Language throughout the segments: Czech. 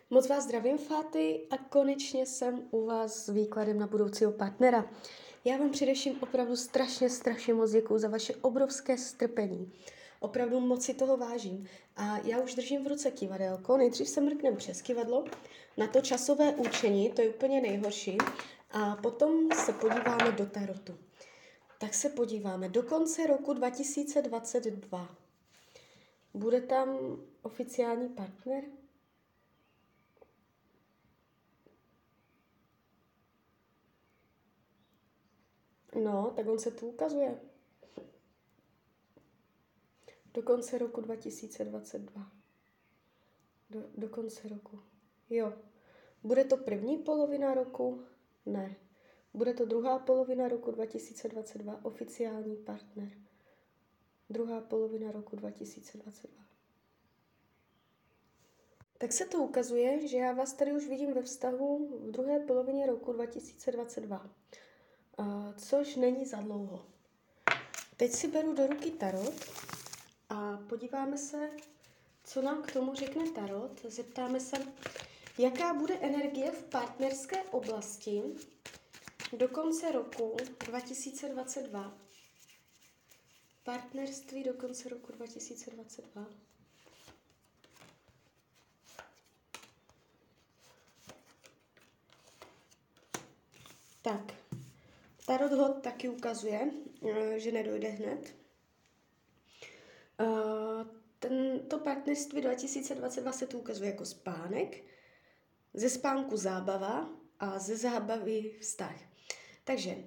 Moc vás zdravím, Fáty, a konečně jsem u vás s výkladem na budoucího partnera. Já vám především opravdu strašně moc děkuju za vaše obrovské strpení. Opravdu moc si toho vážím. A já už držím v ruce kivadelko. Nejdřív se mrknem přes kivadlo na to časové učení, to je úplně nejhorší. A potom se podíváme do tarotu. Tak se podíváme do konce roku 2022. Bude tam oficiální partner? No, tak on se tu ukazuje. Do konce roku 2022. Do konce roku. Jo. Bude to první polovina roku? Ne. Bude to druhá polovina roku 2022, oficiální partner. Druhá polovina roku 2022. Tak se to ukazuje, že já vás tady už vidím ve vztahu v druhé polovině roku 2022. Což není za dlouho. Teď si beru do ruky tarot a podíváme se, co nám k tomu řekne tarot. Zeptáme se, jaká bude energie v partnerské oblasti do konce roku 2022. Partnerství do konce roku 2022. Tak, tarot ho taky ukazuje, že nedojde hned. To partnerství 2022 se tu ukazuje jako spánek, ze spánku zábava a ze zábavy vztah. Takže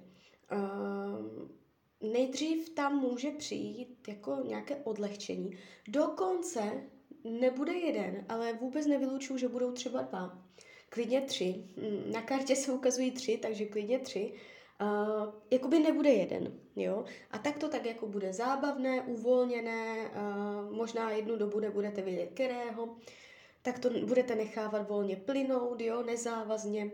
nejdřív tam může přijít jako nějaké odlehčení. Dokonce nebude jeden, ale vůbec nevylučuju, že budou třeba dva. Klidně 3. Na kartě se ukazují 3, takže klidně 3. Jakoby nebude jeden, jo. A tak to tak jako bude zábavné, uvolněné, možná jednu dobu nebudete vědět kterého, tak to budete nechávat volně plynout, jo, nezávazně.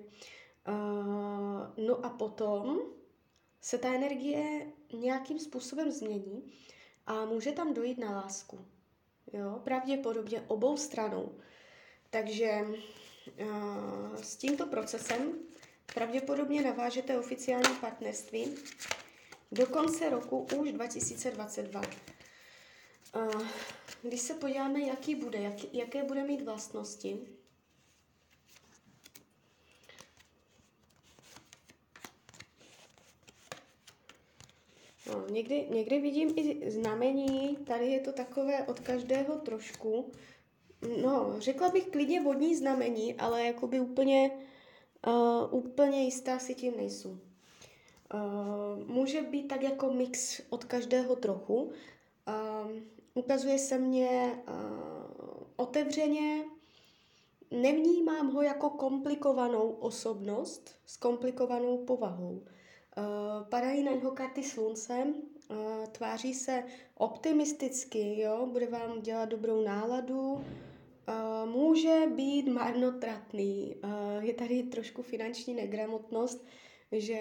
No a potom se ta energie nějakým způsobem změní a může tam dojít na lásku, jo, pravděpodobně obou stranou. Takže s tímto procesem pravděpodobně navážete oficiální partnerství do konce roku už 2022. Když se podíváme, jaký bude, jaké bude mít vlastnosti, no, někdy vidím i znamení, tady je to takové od každého trošku. No, řekla bych klidně vodní znamení, ale jakoby úplně jistá si tím nejsou. Může být tak jako mix od každého trochu. Ukazuje se mně otevřeně, nevnímám ho jako komplikovanou osobnost s komplikovanou povahou. Padají na něho karty slunce, tváří se optimisticky, jo? Bude vám dělat dobrou náladu, může být marnotratný, je tady trošku finanční negramotnost, že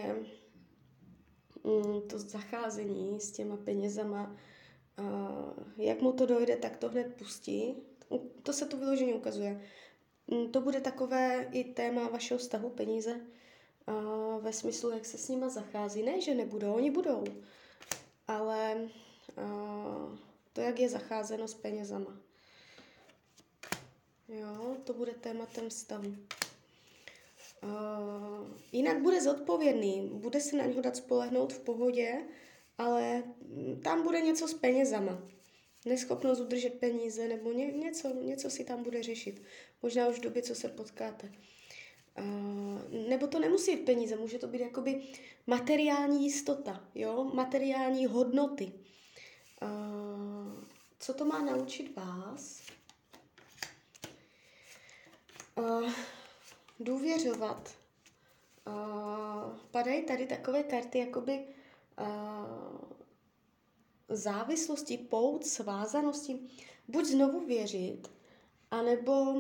to zacházení s těma penězama, jak mu to dojde, tak to hned pustí. To se tu vyloženě ukazuje. To bude takové i téma vašeho vztahu peníze, ve smyslu, jak se s nima zachází. Ne, že nebudou, oni budou, ale to, jak je zacházeno s penězama. Jo, to bude tématem vztahu. Jinak bude zodpovědný, bude se na něho dát spolehnout v pohodě, ale tam bude něco s penězama. Neschopnost udržet peníze nebo něco si tam bude řešit. Možná už v době, co se potkáte. Nebo to nemusí být peníze, může to být jakoby materiální jistota, jo? Materiální hodnoty. Co to má naučit vás? Důvěřovat. Padají tady takové karty, jakoby závislosti, pout, svázanosti. Buď znovu věřit, anebo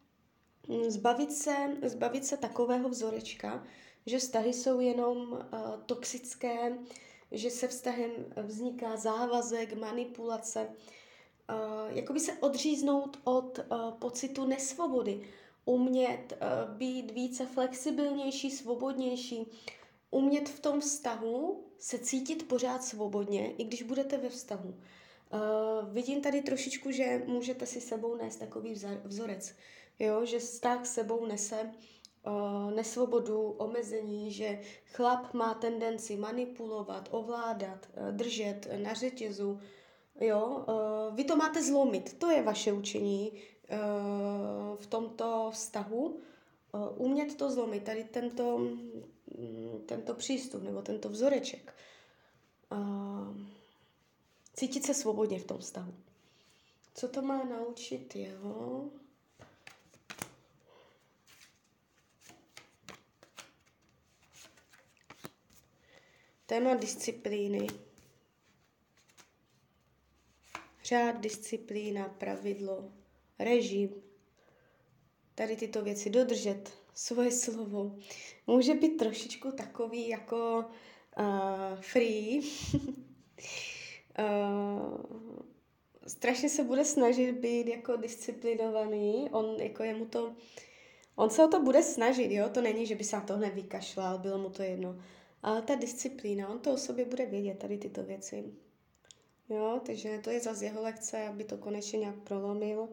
zbavit se takového vzorečka, že vztahy jsou jenom toxické, že se vztahem vzniká závazek, manipulace. Jakoby se odříznout od pocitu nesvobody, umět být více flexibilnější, svobodnější, umět v tom vztahu se cítit pořád svobodně, i když budete ve vztahu. Vidím tady trošičku, že můžete si sebou nést takový vzorec, jo? Že vztah sebou nese nesvobodu, omezení, že chlap má tendenci manipulovat, ovládat, držet na řetězu. Jo? Vy to máte zlomit, to je vaše učení v tomto vztahu. Umět to zlomit, tady tento přístup nebo tento vzoreček. Cítit se svobodně v tom vztahu. Co to má naučit jeho? Téma disciplíny. Řád, disciplína, pravidlo, režim. Tady tyto věci dodržet, svoje slovo. Může být trošičku takový jako free. Strašně se bude snažit být jako disciplinovaný. On se o to bude snažit, jo? To není, že by se na to hned vykašlal, bylo mu to jedno. Ale ta disciplína, on to o sobě bude vědět, tady tyto věci. Jo, takže to je zase jeho lekce, aby to konečně nějak prolomil.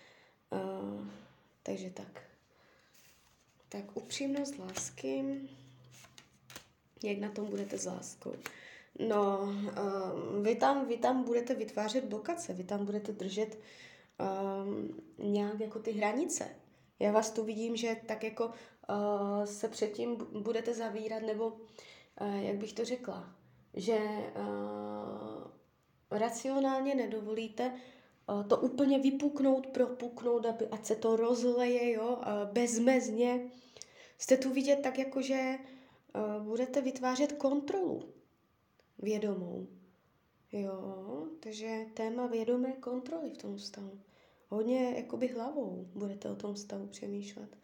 Takže tak. Tak upřímnost lásky. Jak na tom budete s láskou? No, vy tam budete vytvářet blokace, vy tam budete držet nějak jako ty hranice. Já vás tu vidím, že tak jako se předtím budete zavírat, nebo jak bych to řekla, že racionálně nedovolíte to úplně vypuknout, propuknout, ať se to rozleje, jo, bezmezně. Jste tu vidět tak jako, že budete vytvářet kontrolu vědomou. Jo, takže téma vědomé kontroly v tom vztahu. Hodně jakoby hlavou budete o tom vztahu přemýšlet.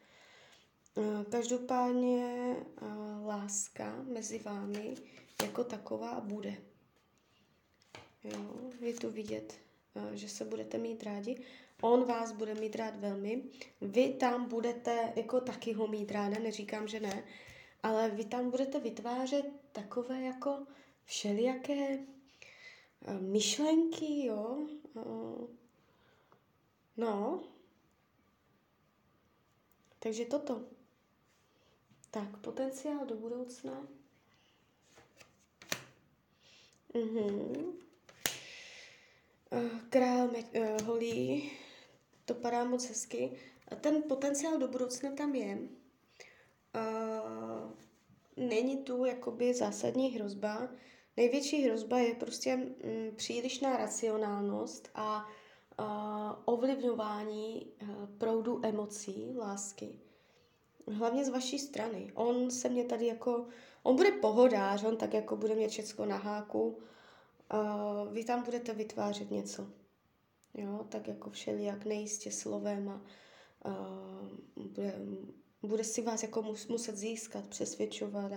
Každopádně láska mezi vámi jako taková bude. Jo, je tu vidět, že se budete mít rádi. On vás bude mít rád velmi. Vy tam budete jako taky ho mít ráda, neříkám, že ne, ale vy tam budete vytvářet takové jako všelijaké myšlenky, jo. No. Takže toto. Tak, potenciál do budoucna. Král holí, to padá moc hezky. A ten potenciál do budoucna tam je. Není tu jakoby zásadní hrozba. Největší hrozba je prostě přílišná racionálnost a ovlivňování proudu emocí, lásky. Hlavně z vaší strany. On se mě tady jako... On bude pohodář, on tak jako bude mít všecko na háku. Vy tam budete vytvářet něco. Jo, tak jako všelijak nejistě slovem a bude si vás jako muset získat, přesvědčovat.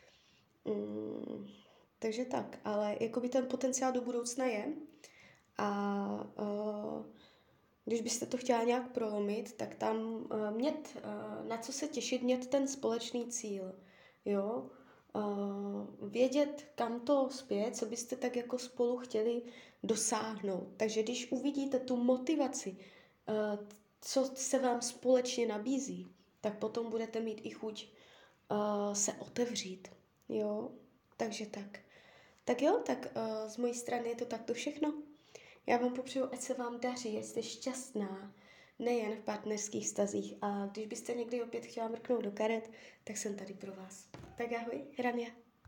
Takže tak, ale jakoby ten potenciál do budoucna je a když byste to chtěla nějak prolomit, tak tam na co se těšit, mít ten společný cíl, jo, vědět, kam to spět, co byste tak jako spolu chtěli dosáhnout. Takže když uvidíte tu motivaci, co se vám společně nabízí, tak potom budete mít i chuť se otevřít, jo, takže tak. Tak jo, tak z mojí strany je to takto všechno. Já vám popřeju, ať se vám daří, ať jste šťastná, nejen v partnerských vztazích. A když byste někdy opět chtěla mrknout do karet, tak jsem tady pro vás. Tak ahoj, Rania.